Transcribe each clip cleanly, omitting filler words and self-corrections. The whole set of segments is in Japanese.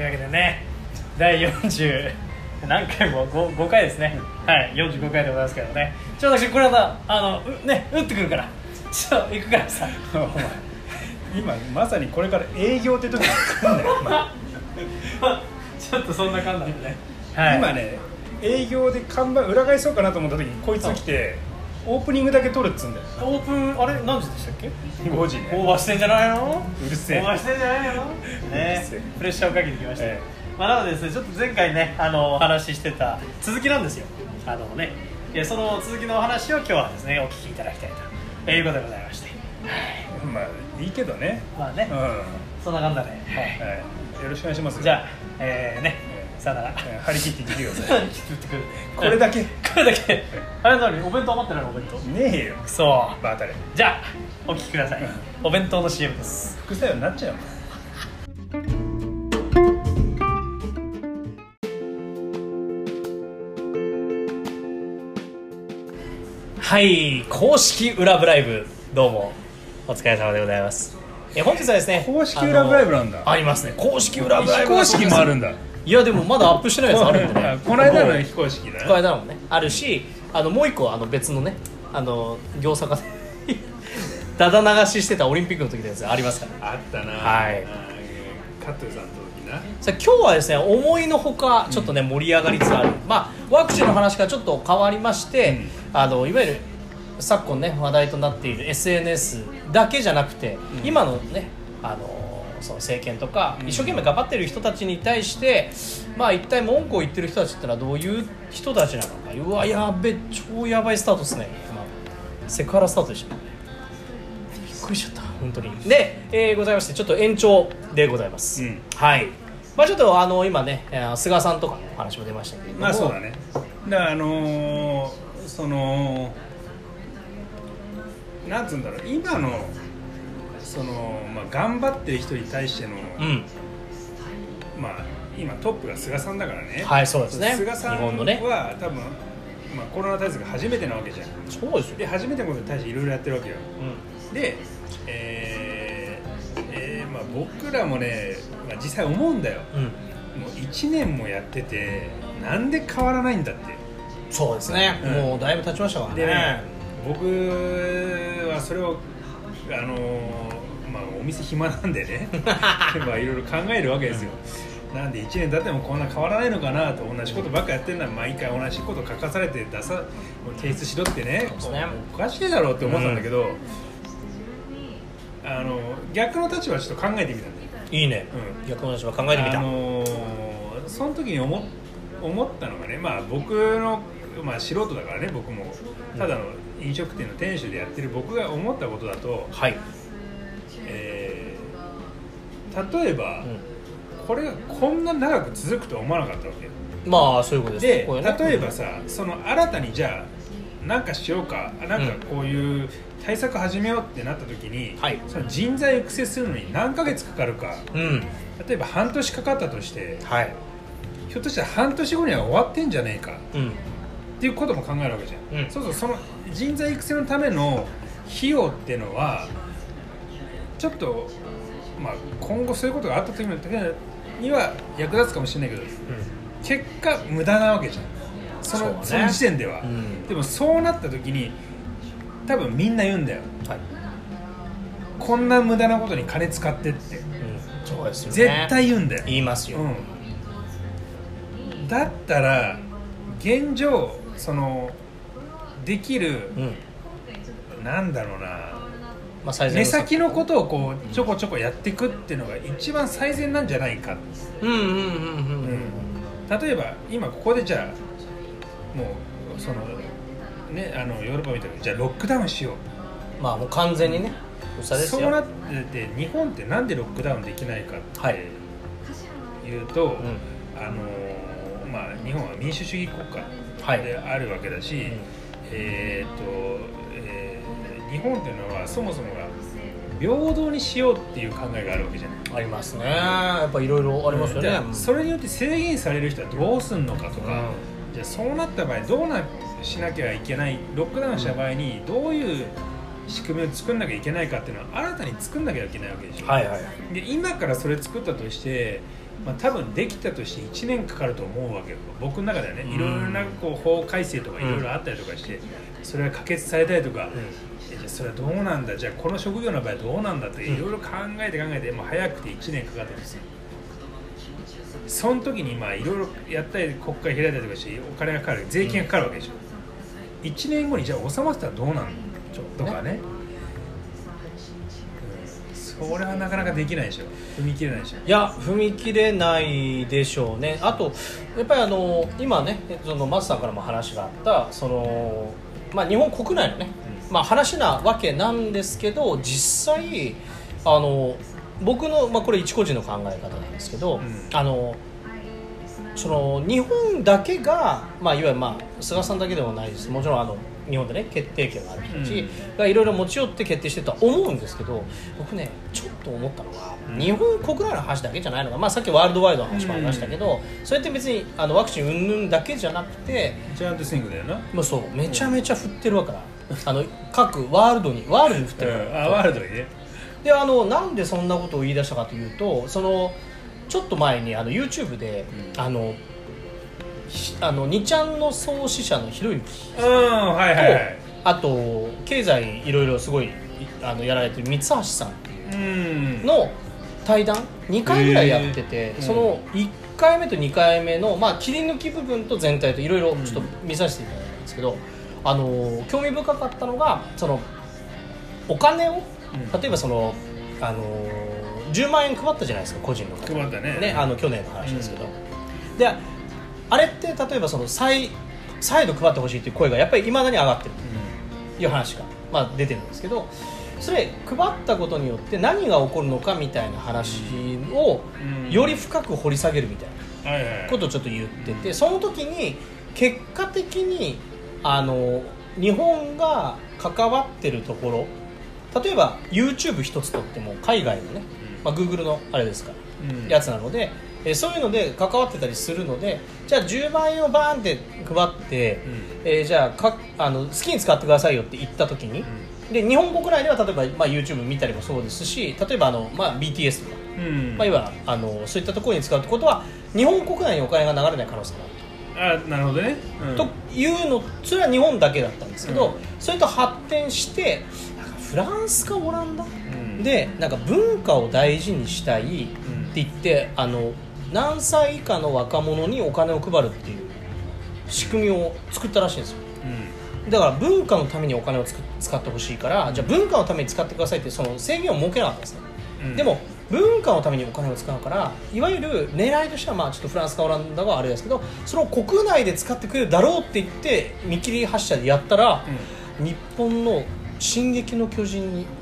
いうわけでね、第40何回も 5回ですね、はい、45回でございますけどね、私これは打ってくるから行くからさお前今まさにこれから営業って時に来るんだよちょっとそんな感じなんでね、はい、 今ね営業で看板裏返そうかなと思った時にこいつ来てオープニングだけ撮るっつうんだよ。 オープンあれ何時でしたっけ 5時ね。 オーバーしてんじゃないの。 うるせえオーバーしてんじゃないのね、プレッシャーをかけてきました、なのでですね、ちょっと前回ねお話ししてた続きなんですよ。その続きのお話を今日はですねお聞きいただきたいということでございまして、 まあいいけどね、 まあね、そんな感じで、 よろしくお願いします。 じゃあさよなら、 張り切っていってくださいこれだけあれ何、お弁当余ってないの。お弁当ねえよ、 そうバータレ。 じゃあお聞きください、お弁当の CM です。 副作用になっちゃうもん。 はい、公式裏ブライブ、どうもお疲れ様でございます。本日はですね、 公式裏ブライブなんだ。 ありますね、公式裏ブライブ。 非公式もあるんだ。 いやでもまだアップしてないやつあるんでねこの間の非公式だね。 この間のもねあるし、もう一個別のね業者がだだ流ししてたオリンピックの時のやつありますから。 あったな。 はい。 カットゥーさんの時な。 さあ今日はですね、思いのほかちょっとね、盛り上がりつつある、ワクチンの話からちょっと変わりまして、いわゆる昨今ね話題となっている SNS だけじゃなくて、今のねその政権とか一生懸命頑張ってる人たちに対して、一体文句を言ってる人たちってのはどういう人たちなのか。うわ、やべ、超やばいスタートですね。セクハラスタートでしたね。びっくりしちゃった本当に。で、ございまして、ちょっと延長でございます、はい。ちょっと今ね菅さんとかのお話も出ましたけれども、 そうだね。だからなんつうんだろう、今の頑張ってる人に対しての、今トップが菅さんだからね。 はい、そうですね。 菅さんは日本のね、 多分、コロナ対策初めてなわけじゃん。 そうですよ。 で初めてのことに対していろいろやってるわけよ、で、僕らもね、実際思うんだよ、もう1年もやっててなんで変わらないんだって。 そうですね、もうだいぶ経ちましたからね。 でね、僕はそれをお店暇なんでねいろいろ考えるわけですよ。なんで1年経ってもこんな変わらないのかなと。同じことばっかやってるのは毎回同じこと書かされて提出しろってね、おかしいだろうって思ったんだけど、逆の立場ちょっと考えてみたんだよ。 いいね、逆の立場考えてみた。 その時に思ったのがね、僕の、素人だからね、僕もただの飲食店の店主でやってる僕が思ったことだと、例えば、これがこんな長く続くとは思わなかったわけよ。 そういうことですね。 で、例えばさ、その新たにじゃあ何かしようか、なんかこういう対策始めようってなった時に、その人材を育成するのに何ヶ月かかるか、例えば半年かかったとして、ひょっとしたら半年後には終わってんじゃねえか、っていうことも考えるわけじゃん、そうそう。その人材育成のための費用っていうのはちょっと、今後そういうことがあった時には役立つかもしれないけど、結果無駄なわけじゃん、その時点では、でもそうなった時に多分みんな言うんだよ、こんな無駄なことに金使ってって、 そうですよね、 絶対言うんだよ。 言いますよ、 だったら現状できる、なんだろうな、目先のことをこうちょこちょこやっていくっていうのが一番最善なんじゃないか。例えば今ここでじゃあもうヨーロッパみたいにじゃあロックダウンしよう、 もう完全にね、 そうなってて、日本ってなんでロックダウンできないかっていうと、日本は民主主義国家であるわけだし、日本っていうのはそもそもが平等にしようっていう考えがあるわけじゃない。 ありますね、やっぱいろいろありますよね、 それによって制限される人はどうすんのかとか、じゃあそうなった場合どうしなきゃいけない、ロックダウンした場合にどういう仕組みを作んなきゃいけないかっていうのは新たに作んなきゃいけないわけでしょ、で今からそれ作ったとしてまあ、多分できたとして1年かかると思うわけよ、僕の中ではね。いろいろなこう法改正とかいろいろあったりとかして、それが可決されたりとか、じゃあそれはどうなんだ、じゃあこの職業の場合はどうなんだっていろいろ考えてもう早くて1年かかってですよ。その時にまあいろいろやったり国会開いたりとかしてお金がかかる、税金がかかるわけでしょ。1年後にじゃあ収まったらどうなんのとかね。それはなかなかできないでしょ、踏み切れないでしょ。 いや踏み切れないでしょうね。あとやっぱり今ねそのマスさんからも話があったその、まあ、日本国内のね、まあ、話なわけなんですけど、実際僕の、まあ、これ一個人の考え方なんですけど、その日本だけが、まあ、いわゆる、まあ、菅さんだけでもないです、もちろん日本でね決定権がある人たちがいろいろ持ち寄って決定してるとは思うんですけど、僕ねちょっと思ったのが、日本国内の話だけじゃないのが、まあ、さっきワールドワイドの話もありましたけど、それって別にワクチン云々だけじゃなくてジャイアントスイングだよな。 もうそうめちゃめちゃ振ってるわけだ各ワールドに振ってるから、 ワールドにね。 でなんでそんなことを言い出したかというと、ちょっと前にYouTube で、2ちゃんの創始者のひろゆきと、あと経済いろいろすごいやられてる三橋さんっていうの対談2回ぐらいやってて、その1回目と2回目の、まあ、切り抜き部分と全体といろいろちょっと見させていただいたんですけど、興味深かったのがお金を例えば10万円配ったじゃないですか、個人の方配ったね、 去年の話ですけど、であれって例えば再度配ってほしいっていう声がやっぱりいまだに上がってるという話が、まあ、出てるんですけど、それ配ったことによって何が起こるのかみたいな話をより深く掘り下げるみたいなことをちょっと言ってて、その時に結果的に日本が関わってるところ、例えば YouTube 一つとっても海外のね、まあ、Google のあれですから、やつなので、そういうので関わってたりするので、じゃあ10万円をバーンって配って、じゃあ好きに使ってくださいよって言った時に、で日本国内では例えば、まあ、YouTube 見たりもそうですし、例えばまあ、BTS とか、まあ、いわゆるそういったところに使うってことは日本国内にお金が流れない可能性があると。 なるほどね、 というの、それは日本だけだったんですけど、それと発展してフランスかオランダ、でなんか文化を大事にしたいって言って、何歳以下の若者にお金を配るっていう仕組みを作ったらしいんですよ、だから文化のためにお金を使ってほしいから、じゃあ文化のために使ってくださいってその制限を設けなかったんですね、でも文化のためにお金を使うから、いわゆる狙いとしては、まあちょっとフランスかオランダはあれですけど、その国内で使ってくれるだろうって言って見切り発車でやったら、日本の進撃の巨人に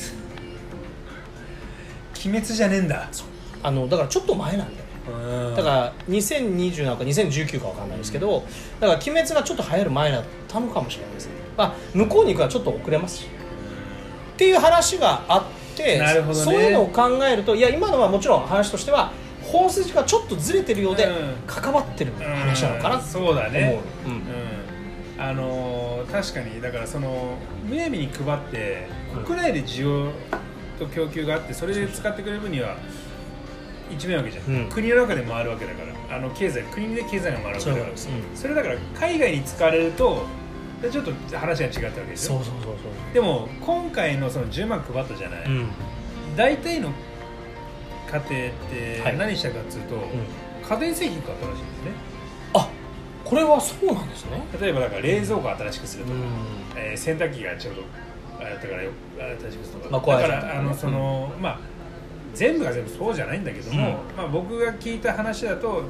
鬼滅じゃねえんだ。 だからちょっと前なんだよ。だから2020なのか2019か分かんないですけど、だから鬼滅がちょっと流行る前だったのかもしれないですね、まあ、向こうに行くのはちょっと遅れますしっていう話があって、 なるほどね、 そういうのを考えると、いや今のはもちろん話としては本筋がちょっとずれてるようで関わってる話なのかなと思う。 そうだね、確かに。だからむやみに配って国内で需要と供給があって、それで使ってくれる分には一面わけじゃん、国の中で回るわけだから、国で経済が回るわけだから、それだから海外に使われるとちょっと話が違ったわけですよ。でも今回の10万配ったじゃない、大体の家庭って何したかっつうと、家電製品買ったらしいんですね。 あ、これはそうなんですね。 例えばだから冷蔵庫を新しくするとか、洗濯機がちょうどだから新しくするとか、だからまあ全部が全部そうじゃないんだけども、まあ、僕が聞いた話だとう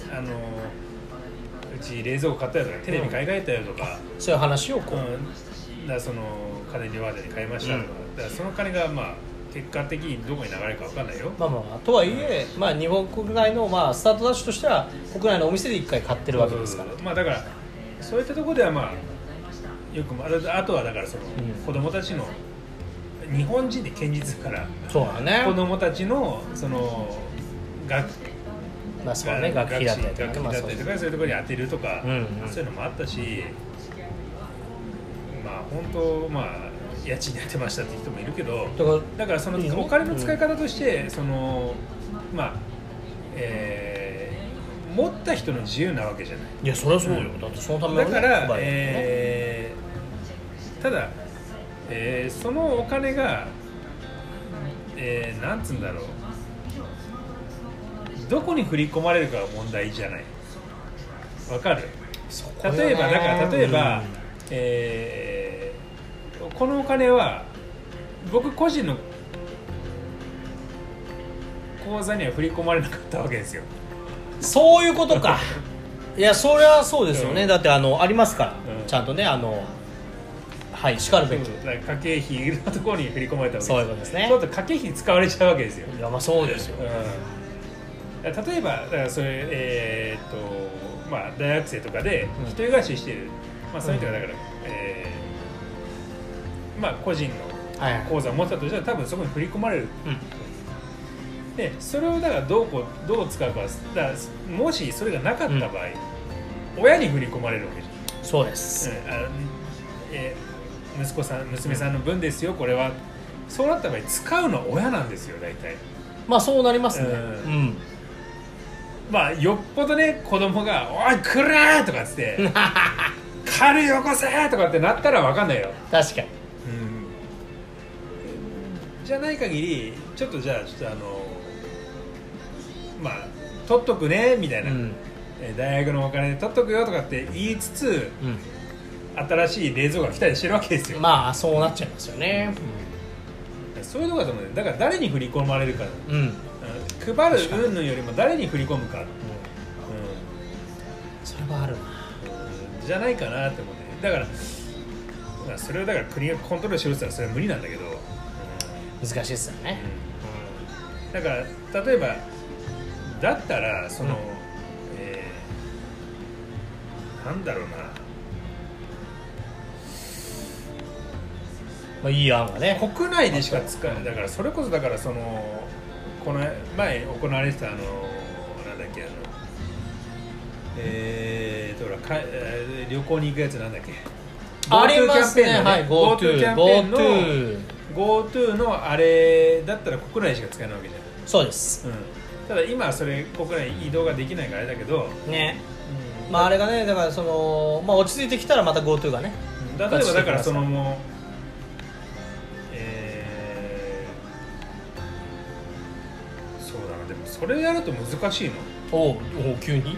ち冷蔵庫買ったよとかテレビ買い替えたよとか、 そういう話をだから家電量販店に買いましたとか、だからその金がまあ結果的にどこに流れるか分かんないよ。 とはいえ、まあ、日本国内のまあスタートダッシュとしては国内のお店で1回買ってるわけですから、 まあ、だからそういったところではまあよくあとはだから子供たちの日本人で堅実だから、 そうだね、 子供たちの学費だったりとか、そういうところに当てるとか、そういうのもあったし、まあ本当まあ家賃に当てましたって人もいるけど、だからお金の使い方としてまあ持った人の自由なわけじゃない。 いやそりゃそうよ、だってそのための、ね、 だから、ただ、そのお金が、なんつうんだろう、どこに振り込まれるかが問題じゃない。わかる？例えば、このお金は僕個人の口座には振り込まれなかったわけですよ。 そういうことか。いやそれはそうですよね、だってありますから、ちゃんとねはいしかるべき家計費のところに振り込まれたわけです。 そういうことですね。 そうすると家計費に使われちゃうわけですよ。 いやまあそうですよ、 例えばだからそれまあ大学生とかで一人暮らししてる、まあそういう人がだから、まあ個人の口座を持ったとしたら多分そこに振り込まれる、でそれをだからどう使うか、だからもしそれがなかった場合、親に振り込まれるわけじゃん。 そうです、 娘さんの分ですよこれは。そうなった場合使うのは親なんですよ大体。 まあそうなりますね、 まあよっぽどね子供が「おいくれ!」とかっつって「金よこせ!」とかってなったら分かんないよ。 確かに、 じゃない限りちょっとまあ取っとくねみたいな、大学のお金で取っとくよとかって言いつつ、新しい冷蔵庫が来たりしてるわけですよ。 まあそうなっちゃいますよね、 そういうのがと思う。だから誰に振り込まれるか、配る云々よりも誰に振り込むか、 それはあるな、 じゃないかなって思って。だからそれをだから国がコントロールしろって言ったらそれは無理なんだけど、 難しいですよね、 だから例えばだったらその、なんだろうな、 まあ、いい案がね国内でしか使えない。だからそれこそだからそのこの前行われてたなんだっけ旅行に行くやつなんだっけ、 ありますね、はい、 GoTo キャンペーンの GoTo のあれだったら国内しか使えないわけじゃない。 そうです、 ただ今はそれ国内移動ができないからあれだけどね、まああれがねだからその、まあ、落ち着いてきたらまた GoTo がね、 例えばだからそのもうそうだな、でもそれやると難しいの。 お急に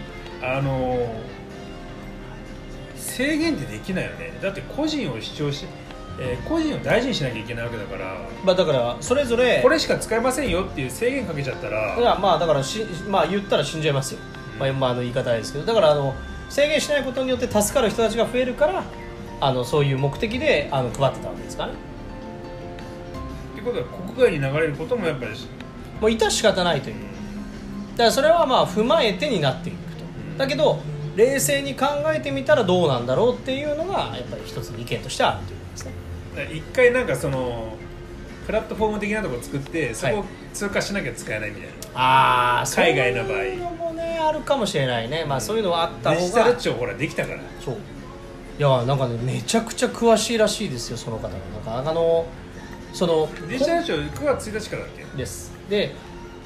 制限ってできないよね。だって個人を主張し、個人を大事にしなきゃいけないわけだから、 まあ、だからそれぞれこれしか使えませんよっていう制限かけちゃったら、 いやまあだからまあ、言ったら死んじゃいますよ、まあ、言い方ですけど、だから制限しないことによって助かる人たちが増えるからそういう目的で配ってたわけですからね。 ってことは国外に流れることもやっぱりもう致し方ないという、だからそれはまあ踏まえてになっていくと、だけど冷静に考えてみたらどうなんだろうっていうのがやっぱり一つの意見としてあるということですね。 一回なんかそのプラットフォーム的なところを作ってそこを通過しなきゃ使えないみたいな、海外の場合そういうのもねあるかもしれないね、まあ、そういうのはあった方がデジタル庁ほらできたから。 そういやなんかねめちゃくちゃ詳しいらしいですよその方が。なんかそのデジタル庁9月1日からだっけですで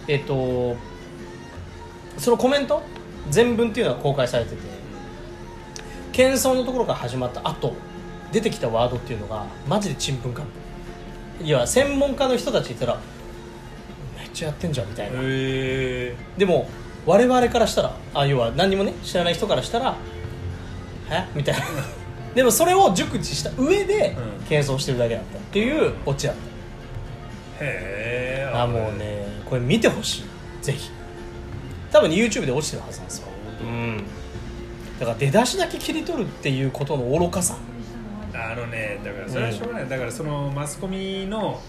そのコメント全文っていうのが公開されてて、謙遜のところから始まった後出てきたワードっていうのがマジでちんぷんかんぷん。いや専門家の人たち言ったらめっちゃやってんじゃんみたいな。でも我々からしたら要は何にもね知らない人からしたらみたいなでもそれを熟知した上で謙遜してるだけだったっていうオチだった。 へえ。もうねこれ見てほしいぜひ。多分 YouTube で落ちてるはずなんですよ。だから出だしだけ切り取るっていうことの愚かさ。 だからそれはしょうがない。だからそのマスコミの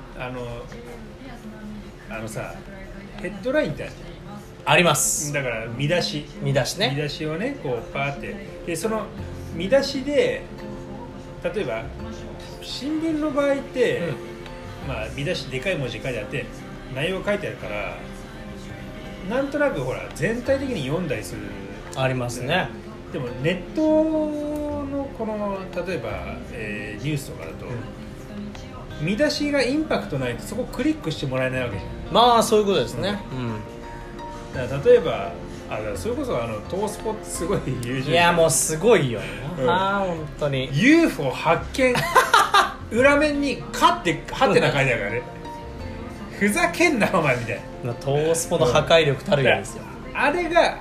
さヘッドラインってあります。 だから見出しね、 見出しをねこうパーってでその見出しで例えば新聞の場合って、まあ見出しでかい文字書いてあって内容書いてあるからなんとなくほら全体的に読んだりするありますね。 でもネットのこの例えば、ニュースとかだと、見出しがインパクトないとそこクリックしてもらえないわけじゃん。 まあそういうことですね。 だから例えばそれこそトースポってすごい優秀。 いやもうすごいよ、本当に UFO 発見裏面にカってハテナ書いてあるからねふざけんなお前みたいな。 トースポの破壊力たるやですよ。 あれは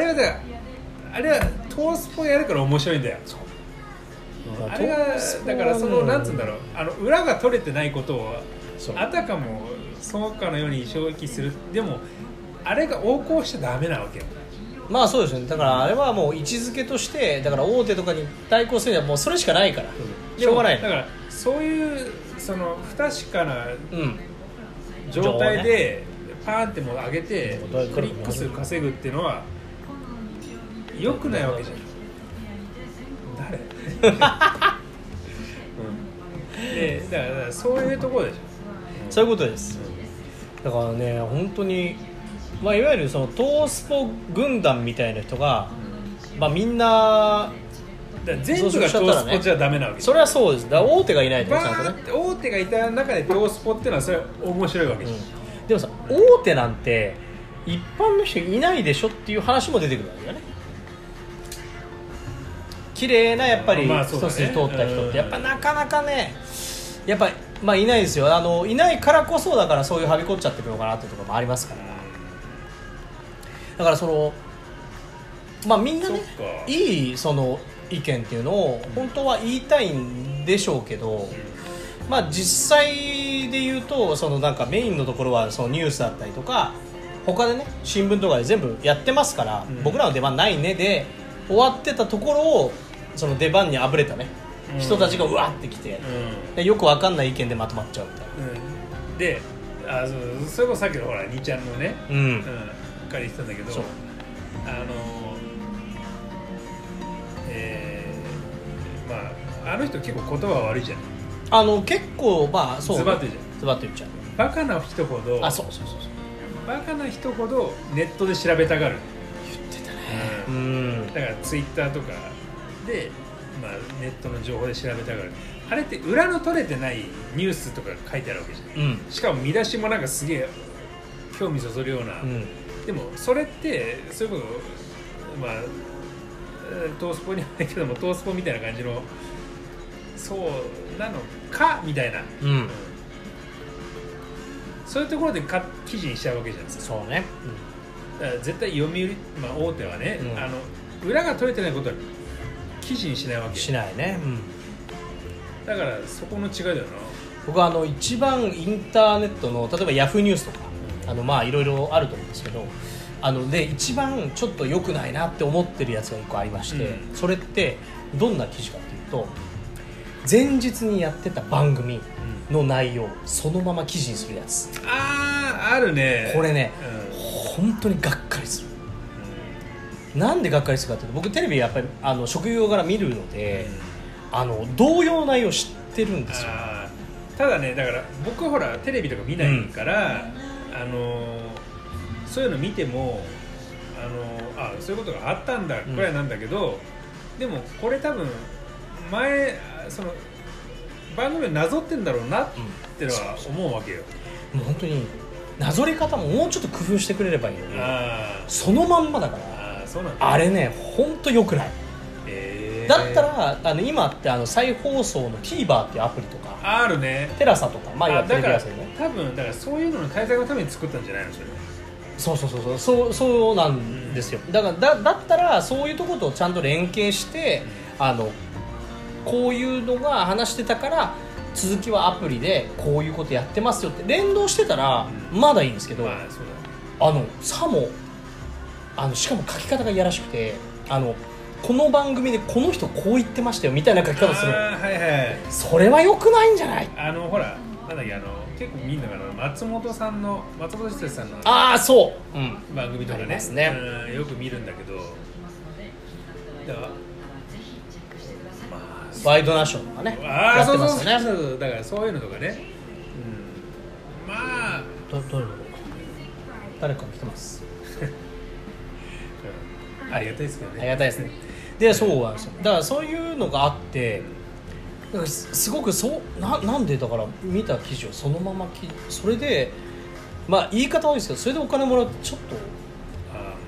トースポやるから面白いんだよ。あれがだからなんつうんだろう、裏が取れてないことをあたかもそうかのように衝撃する。でもあれが横行しちゃダメなわけよ。 まあそうですね。だからあれはもう位置づけとしてだから大手とかに対抗するにはもうそれしかないから、しょうがない。 だからそういう不確かな状態でパーンってもう上げてクリック数稼ぐっていうのは良くないわけじゃん。誰でだからそういうところでしょ。 そういうことです。だからね本当に、いわゆるそのトースポ軍団みたいな人が、みんな全部がトースポじゃダメなわけ。 それはそうです。だから大手がいないと、ちゃんとね。 大手がいた中でトースポっていうのはそれは面白いわけです、 でもさ、大手なんて一般の人いないでしょっていう話も出てくるわけだよね。綺麗なやっぱり一筋通った人ってやっぱなかなかね、やっぱいないですよ。いないからこそだからそういうはびこっちゃってるのかなっていうところもありますから。だからみんなねいい意見っていうのを本当は言いたいんでしょうけど、実際で言うとなんかメインのところはニュースだったりとか他でね新聞とかで全部やってますから、僕らの出番ないねで終わってたところを出番にあぶれたね、人たちがうわってきて、でよくわかんない意見でまとまっちゃうみたいな、 でそれこそさっきのほら2ちゃんのねから言ってたんだけど、あの人結構言葉悪いじゃん。 結構そうズバッと言うじゃん。 ズバッと言っちゃう。 バカな人ほどそうバカな人ほどネットで調べたがる。 言ってたね。 だからツイッターとかで、ネットの情報で調べたがる。あれって裏の取れてないニュースとか書いてあるわけじゃん、しかも見出しもなんかすげえ興味そそるような、でもそれってそういうことトースポにはないけどもトースポみたいな感じのそうなのかみたいな、そういうところで記事にしちゃうわけじゃないですか。 そうね、 だから絶対読売、大手はね、裏が取れてないことは記事にしないわけ。 しないね、 だからそこの違いだよな。 僕は一番インターネットの例えばヤフーニュースとかいろいろあると思うんですけどで一番ちょっと良くないなって思ってるやつが1個ありまして、それってどんな記事かっていうと前日にやってた番組の内容そのまま記事にするやつ。 あるね。 これね、本当にがっかりする、なんでがっかりするかっていうと僕テレビやっぱり職業柄見るので、同様の内容知ってるんですよ。 ただねだから僕はほらテレビとか見ないから、そういうの見てもそういうことがあったんだくらいなんだけど、でもこれ多分前番組をなぞってんだろうなってのは思うわけよ。 もう本当になぞり方ももうちょっと工夫してくれればいいのにそのまんまだから、あれね本当良くない。だったら今って再放送の TVer っていうアプリとかあるね。 テラサとかテレビ朝日ね。 多分だからそういうのの対策のために作ったんじゃないのそれ。 そうなんですよ。だったらそういうところとちゃんと連携してこういうのが話してたから続きはアプリでこういうことやってますよって連動してたらまだいいんですけど、さもしかも書き方がいやらしくてこの番組でこの人こう言ってましたよみたいな書き方する。それは良くないんじゃない。 ほらなんだっけ結構みんなが松本人志さんの番組とかね、よく見るんだけど、だからワイドナショーとかねやってますよね。 そうだからそういうのとかね、 どういうの誰か来てますありがたいですけどね。 ありがたいですね。でそうなんですよ。だからそういうのがあってだからすごくなんでだから見た記事をそのままそれで言い方多いですけどそれでお金もらうとちょっと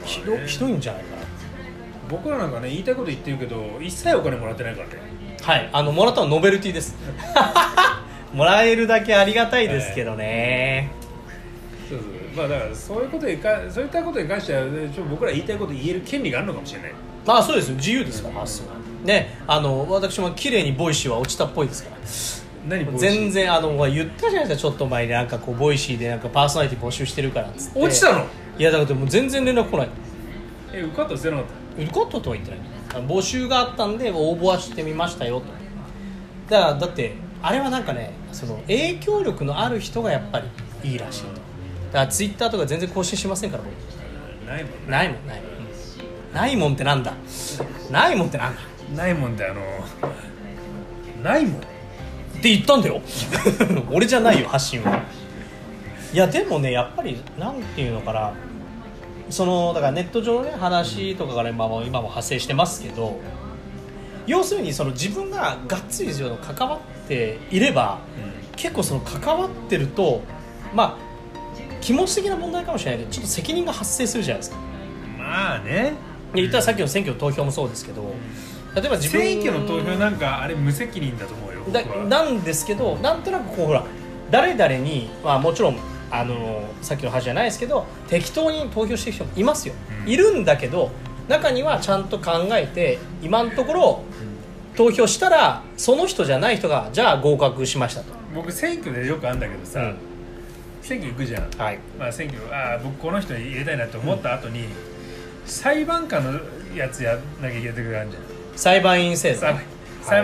ひどいんじゃないかな。 僕らなんかね言いたいこと言ってるけど一切お金もらってないからね。 はい、もらったのノベルティですもらえるだけありがたいですけどね、 そうそう、まあだからそういったことに関しては僕ら言いたいこと言える権利があるのかもしれない。 まあそうですよ、自由ですから発想ね。私も綺麗にボイシーは落ちたっぽいですから。 何ボイシー？ 全然言ったじゃないですか、ちょっと前になんかこうボイシーでなんかパーソナリティ募集してるからっつって。 落ちたの？ いやだからもう全然連絡来ない。 受かった捨てなかった？ 受かったとは言ってない。募集があったんで応募はしてみましたよと。だってあれはなんかね、その影響力のある人がやっぱりいいらしいと。だからツイッターとか全然更新しませんから僕。 ないもんね。 ないもんってなんだ。ないもんってなんだ。 ないもんってないもんって言ったんだよ俺じゃないよ発信は。いやでもねやっぱりなんていうのかな、だからネット上のね話とかから今も派生してますけど、要するに自分ががっつり関わっていれば、結構関わってるとまあ気持ち的な問題かもしれないけどちょっと責任が発生するじゃないですか。 まあね、 言ったらさっきの選挙の投票もそうですけど、例えば自分選挙の投票なんかあれ無責任だと思うよなんですけど、なんとなくこうほら誰々に、まあ、もちろんさっきの話じゃないですけど適当に投票してる人もいますよ、いるんだけど中にはちゃんと考えて今のところ投票したらその人じゃない人がじゃあ合格しましたと。 僕選挙でよくあるんだけどさ、選挙行くじゃん、 はい、まあ、 選挙僕この人入れたいなと思った後に、裁判官のやつやんなきゃいけない時があるじゃん。 裁判員制度、 裁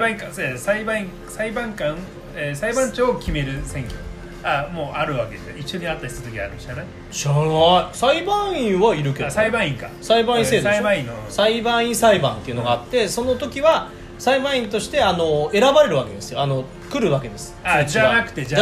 判長を決める選挙もうあるわけで一緒に会ったりする時あるじゃない？ 知らない。裁判員はいるけど、 裁判員か、 裁判員制度でしょ。 裁判員の裁判員裁判っていうのがあって、その時は裁判員として選ばれるわけですよ。来るわけです。 じゃなくて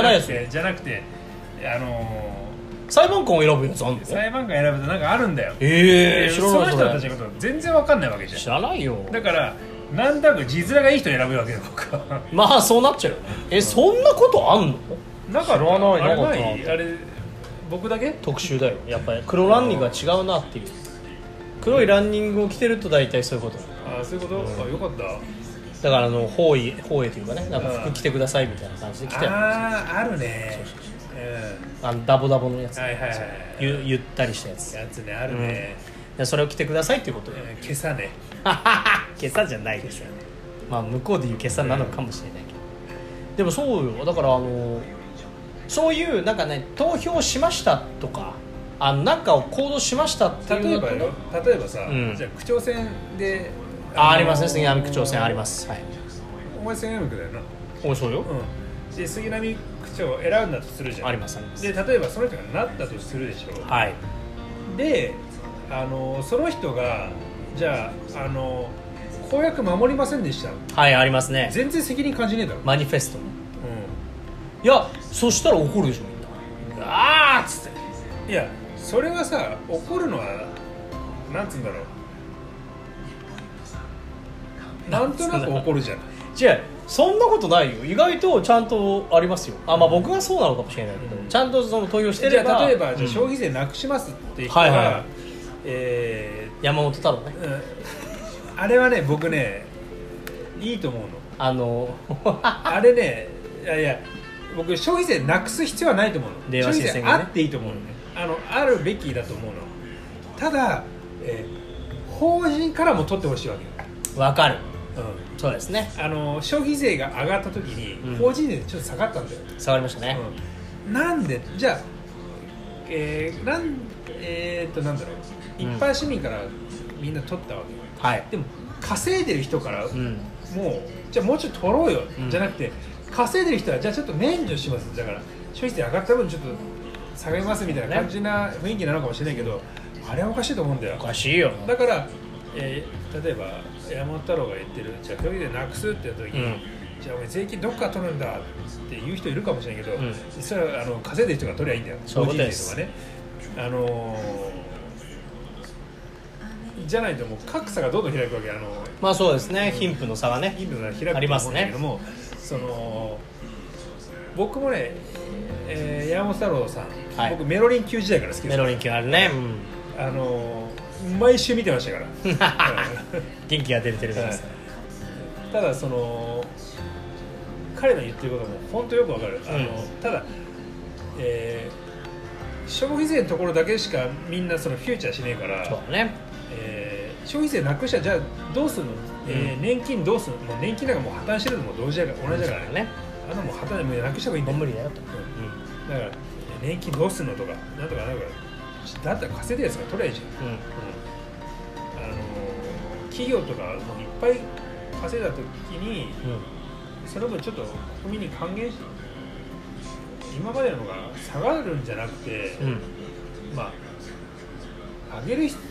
裁判官を選ぶやつあんの？ 裁判官選ぶとなんかあるんだよ。 知らない。 その人たちのこと全然わかんないわけじゃん。 知らないよ。 だからなんとなく字面がいい人選ぶわけよ僕は。 まあそうなっちゃうよね。そんなことあんの？ なんか知らない。 あれ僕だけ特集だよ。やっぱり黒ランニングは違うなっていう。黒いランニングを着てると大体そういうこと。 そういうこと？よかった。 だから方位というかね、なんか服着てくださいみたいな感じで着てる。 あるね。 ダボダボのやつ、ゆったりしたやつね、あるね、 それを着てくださいっていうことで、 今朝ね今朝じゃないですよね。まあ向こうでいう今朝なのかもしれないけど、でもそうよ。だからそういうなんかね、投票しましたとかなんかを行動しましたっていうのと、 例えばさ、じゃあ区長選でありますね。杉並区長選あります。はい。 お前杉並区だよな。 そうよ。 で杉並区長を選んだとするじゃん。 あります。 で例えばその人がなったとするでしょ。 はい。 でその人がじゃあ公約守りませんでした。 はい、ありますね。 全然責任感じねえだろ。 マニフェスト。いや、そしたら怒るでしょみんな。あーっつって。 いや、それはさ、怒るのはなんつうんだろう、なんとなく怒るじゃん。 違う、そんなことないよ。意外とちゃんとありますよ。まあ僕がそうなのかもしれないけど、ちゃんとその投票してれば。 じゃあ例えば、じゃあ消費税なくしますって人が、 山本太郎ね、 あれはね、僕ねいいと思うの。あれね、いや僕消費税なくす必要はないと思うの。消費税あっていいと思うのね。あるべきだと思うの。ただ、法人からも取ってほしいわけ。 わかる。そうですね。 消費税が上がった時に、法人税ちょっと下がったんだよ。 下がりましたね。 なんでじゃあ、なんだろう、一般市民からみんな取ったわけ。 はい。 でも稼いでる人から、もうじゃあもうちょっと取ろうよ、じゃなくて、稼いでる人はじゃあちょっと免除します。だから消費税上がった分ちょっと下げますみたいな感じな雰囲気なのかもしれないけど、あれはおかしいと思うんだよ。 おかしいよ。 だから、例えば山本太郎が言ってる、じゃあ消費税なくすってやった時に、じゃあお前税金どっから取るんだって言う人いるかもしれないけど、実際は稼いでる人が取りゃいいんだよ。 そういうことです。 法人税とかね。じゃないともう格差がどんどん開くわけ。 まあそうですね、貧富の差がね、 開くと思うんだけども、僕もね、山本太郎さん、僕メロリン級時代から好きです。 メロリン級あるね。 毎週見てましたから元気が出るテレビです、 ただその彼の言ってることも本当よくわかる、ただ、消費税のところだけしかみんなそのフューチャーしねえから、 そうだね、 消費税なくしたらじゃあどうするの、年金どうするの、もう年金なんかもう破綻してるのも同時だから同じだからね、もう破綻でもなくした方がいいんだよ、 無理だよと、 だから年金どうするのとかなんとかなんとかだったら稼いでるやつが取ればいいじゃん、企業とかもういっぱい稼いだ時に、その分ちょっと国民に還元して今までのが下がるんじゃなくて、まあ上げる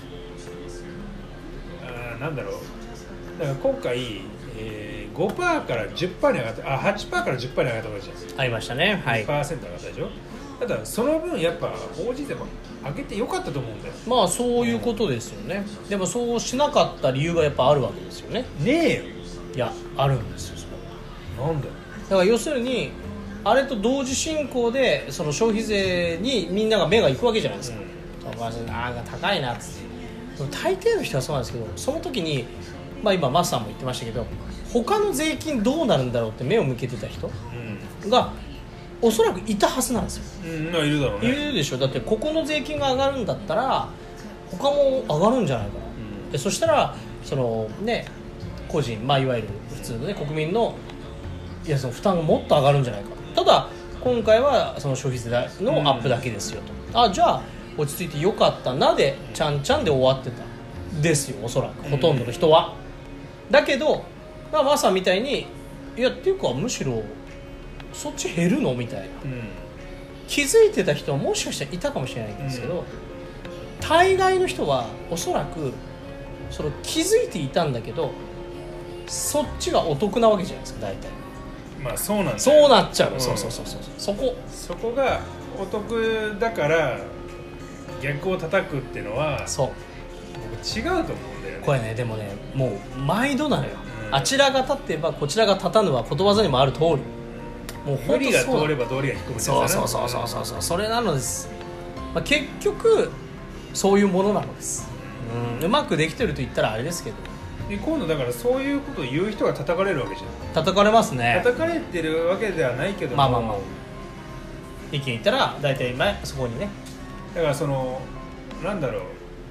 なんだろう、だから今回、5%から10%に上がった8%から10%に上がったわけじゃん、 ありましたね、はい、 2%上がったでしょ。ただその分やっぱ法人税も上げてよかったと思うんだよ。 まあそういうことですよね、でもそうしなかった理由がやっぱあるわけですよね。 ねえよ。 いやあるんですよ、それなんだよ。 だから要するにあれと同時進行でその消費税にみんなが目が行くわけじゃないですか、高いなっつって。大抵の人はそうなんですけど、その時に、今マスさんも言ってましたけど、他の税金どうなるんだろうって目を向けてた人が、おそらくいたはずなんですよ、 いるだろうね。 いるでしょ。だってここの税金が上がるんだったら他も上がるんじゃないかな、でそしたらそのね個人、いわゆる普通のね国民のその負担がもっと上がるんじゃないか。ただ今回はその消費税のアップだけですよと、じゃあ落ち着いてよかったなでちゃんちゃんで終わってたですよ、おそらくほとんどの人は。だけどマサみたいにいやっていうかむしろそっち減るのみたいな、気づいてた人はもしかしたらいたかもしれないんですけど、大概の人はおそらくその気づいていたんだけどそっちがお得なわけじゃないですか、大体。 そうなんだよ。 そうなっちゃう、そうそこがお得だから逆を叩くっていうのはそう僕違うと思うんだよね。 これね、でもねもう毎度なのよ、あちらが立ってばこちらが立たぬはことわざにもある通り、もう無理が通れば道理が引くみたいな。 そうそれなのです、結局そういうものなのです、うまくできてると言ったらあれですけど、 で今度だからそういうことを言う人が叩かれるわけじゃん。 叩かれますね。 叩かれてるわけではないけども、 意見言ったら大体そこにね、 だからそのなんだろ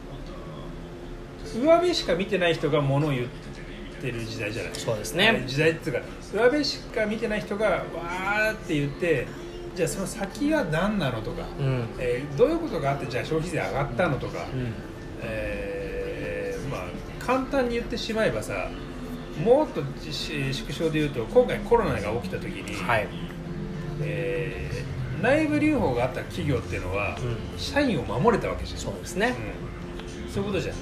う、上辺しか見てない人が物を言ってる時代じゃない。 そうですね、 時代っていうか上辺しか見てない人がわーって言って、じゃあその先は何なのとか、どういうことがあってじゃあ消費税上がったのとか、簡単に言ってしまえばさ、もっと縮小で言うと今回コロナが起きた時に、内部留保があった企業っていうのは、社員を守れたわけじゃん。 そうですね、 そういうことじゃん。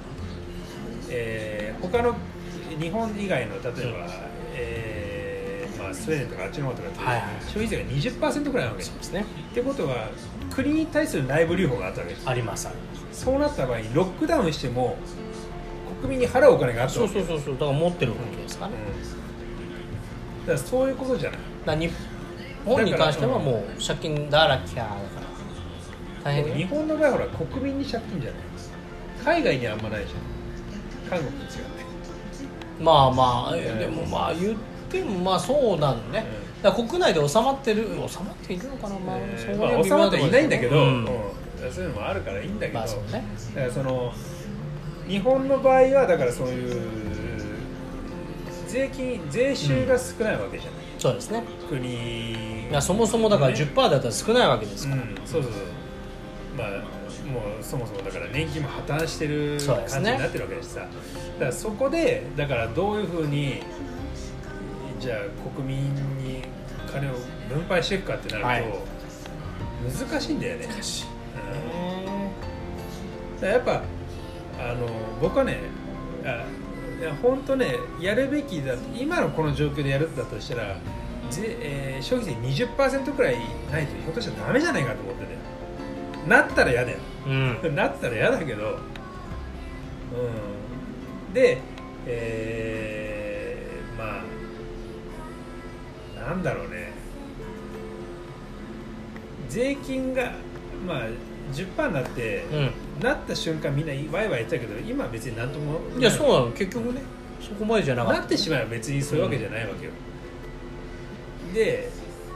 他の日本以外の例えば、スウェーデンとかあっちの方とかって、消費税が 20% くらいなわけそうですね。 ってことは国に対する内部留保があったわけです。 あります。 そうなった場合ロックダウンしても国民に払うお金があったわけです。 そうだから持ってるわけですからね、 だからそういうことじゃない。 日本に関してはもう借金だらけだから大変。 日本の場合はほら国民に借金じゃない。海外にはあんまないじゃん。韓国と違って。 でも言ってもそうなんね、だから国内で収まっているのかな、 収まっていないんだけど、そういうのもあるからいいんだけど、だからその日本の場合はだからそういう税収が少ないわけじゃない。 そうですね。 国そもそもだから 10% だったら少ないわけですから。 そうもうそもそもだから年金も破綻してる感じになってるわけだしさ、だからそこでだからどういうふうにじゃあ国民に金を分配していくかってなると、難しいんだよね。だからやっぱ僕はね、本当ねやるべきだと、今のこの状況でやるんだとしたら、消費税 20% くらいないとひょっとしたらダメじゃないかと思ってね。なったら嫌だよ、なったら嫌だけど、で、なんだろうね、税金が 10% になって、なった瞬間みんなワイワイ言ってたけど、今は別になんともいやそうなの、結局ねそこまでじゃなかった。 なってしまえば別にそういうわけじゃないわけよ、で、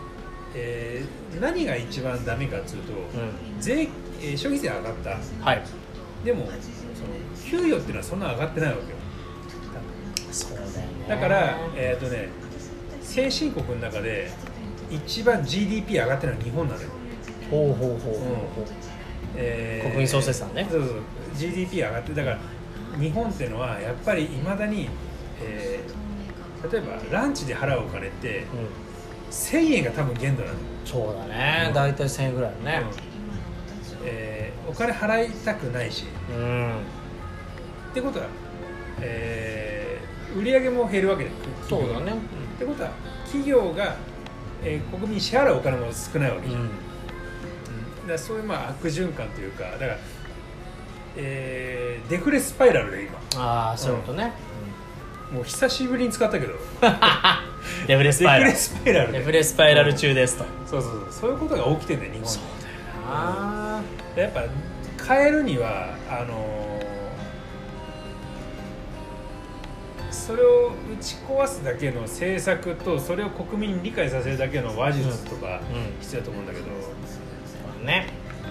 何が一番ダメかっていうと、消費税上がった、 はい、 でもその給与っていうのはそんな上がってないわけよ。 そうだよね。 だから先進国の中で一番 GDP 上がってるのは日本なのよ。 ほうほうほうほう、国民総生産ね。 そうそう、 GDP 上がってだから日本っていうのはやっぱりいまだに、例えばランチで払うお金って、1000円が多分限度なの。 そうだね、大体1000円ぐらいだね、 お金払いたくないし、ってことは、売り上げも減るわけで、 そうだね、 ってことは企業が、国民に支払うお金も少ないわけじゃん、だからそういう悪循環というか、だから、デフレスパイラルで今。 ああ、そういうことね、 もう久しぶりに使ったけどデフレスパイラル、 デフレスパイラル中ですと、 そういうことが起きてるんだよ日本に。 そうだよな。 やっぱ変えるにはそれを打ち壊すだけの政策と、それを国民に理解させるだけの話術とか必要だと思うんだけど、 ね、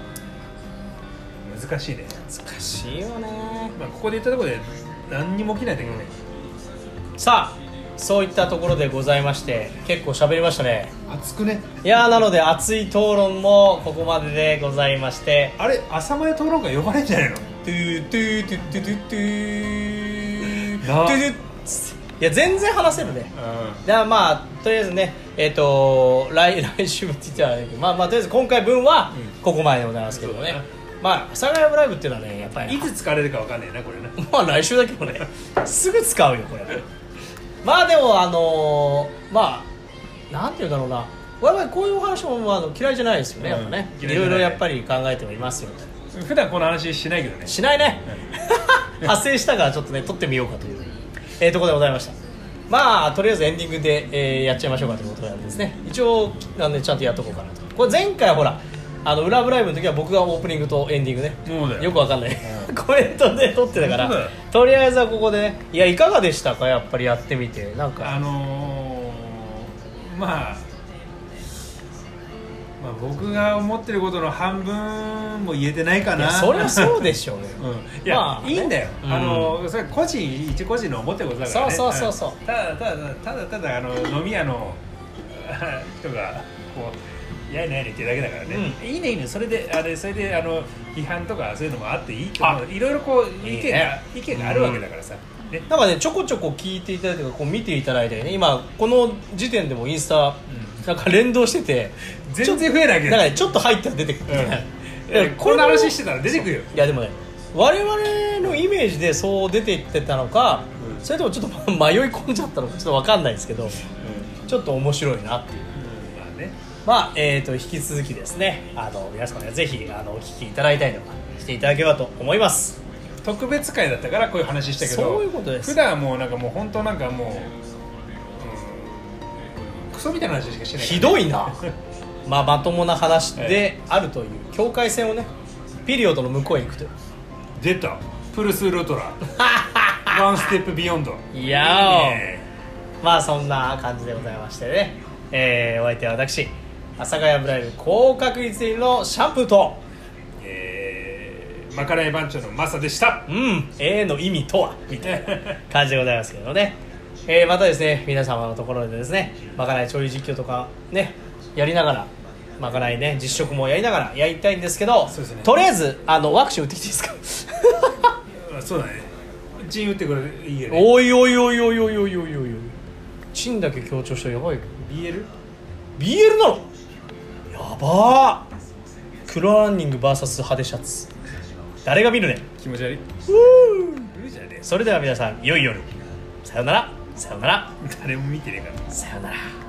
難しいね。 難しいよね。 ここで言ったところで何にも起きないんだけどね、 さあそういったところでございまして、結構喋りましたね。 熱くね。 いやなので熱い討論もここまででございまして、 あれ朝前討論会呼ばれるんじゃないの？トゥトゥトゥトゥトゥトゥトゥトゥ。 いや全然話せるね。だからとりあえずね、来週もって言ってはないけど、とりあえず今回分はここまででございますけどね。阿佐ヶ谷ライブっていうのはね、やっぱりいつ使われるかわかんないなこれね。 来週だけどね、すぐ使うよこれ。でもなんていうんだろうな、我々こういうお話も嫌いじゃないですよね、やっぱね。いろいろやっぱり考えてはいますよ。 普段この話しないけどね。 しないね。発生したからちょっとね撮ってみようかというところでございました。とりあえずエンディングで、やっちゃいましょうかということなんですね。一応なんでちゃんとやっとこうかなと。これ前回ほら裏ブライブの時は僕がオープニングとエンディングね、よくわかんないコメントで撮ってたから、とりあえずはここでね。いやいかがでしたか、やっぱりやってみて。なんか僕が思ってることの半分も言えてないかな。 いやそりゃそうでしょうね、 いや、いいんだよ、それ一個人の思ってることだからね。 そうただ飲み屋の人がこうやいなやいな言ってるだけだからね、いいねそれで批判とかそういうのもあっていいと思う。いろいろこう意見があるわけだからさ、 なんかね、ちょこちょこ聞いていただいてこう見ていただいてね、今この時点でもインスタなんか連動してて全然増えないけど、 だから、ね、ちょっと入ったら出てくる、 この話してたら出てくるよ。 いやでもね、我々のイメージでそう出ていってたのか、それともちょっと迷い込んじゃったのかちょっと分かんないですけど、ちょっと面白いなっていう。引き続きですね、皆さんねぜひお聞きいただいたりとかしていただければと思います。 特別会だったからこういう話したけど、 そういうことです。 普段はもうなんかもう本当なんかもう、クソみたいな話しかしない、 ひどいなまともな話であるという境界線をね、ピリオドの向こうへ行くという。 出たプルスウルトラワンステップビヨンド。 いやー、そんな感じでございましてね、お相手は私阿佐ヶ谷ブライブ高確率員のシャンプーと、 まかない番長のマサでした。 A の意味とはみたいな感じでございますけどね。またですね、皆様のところでですね、まかない調理実況とかねやりながら、まかないね実食もやりながらやりたいんですけど、 そうですね、 とりあえずワクチン打ってきていいですかそうだね、チン打ってくれいいよね。 おいおいおいおいおいおいおいおいおい、チンだけ強調したらやばいよ。 BL なのやばー。黒ランニング VS 派手シャツ、誰が見るね。 気持ち悪い。 それでは皆さん、良い夜。さよなら。さよなら。 誰も見てねえから。 さよなら。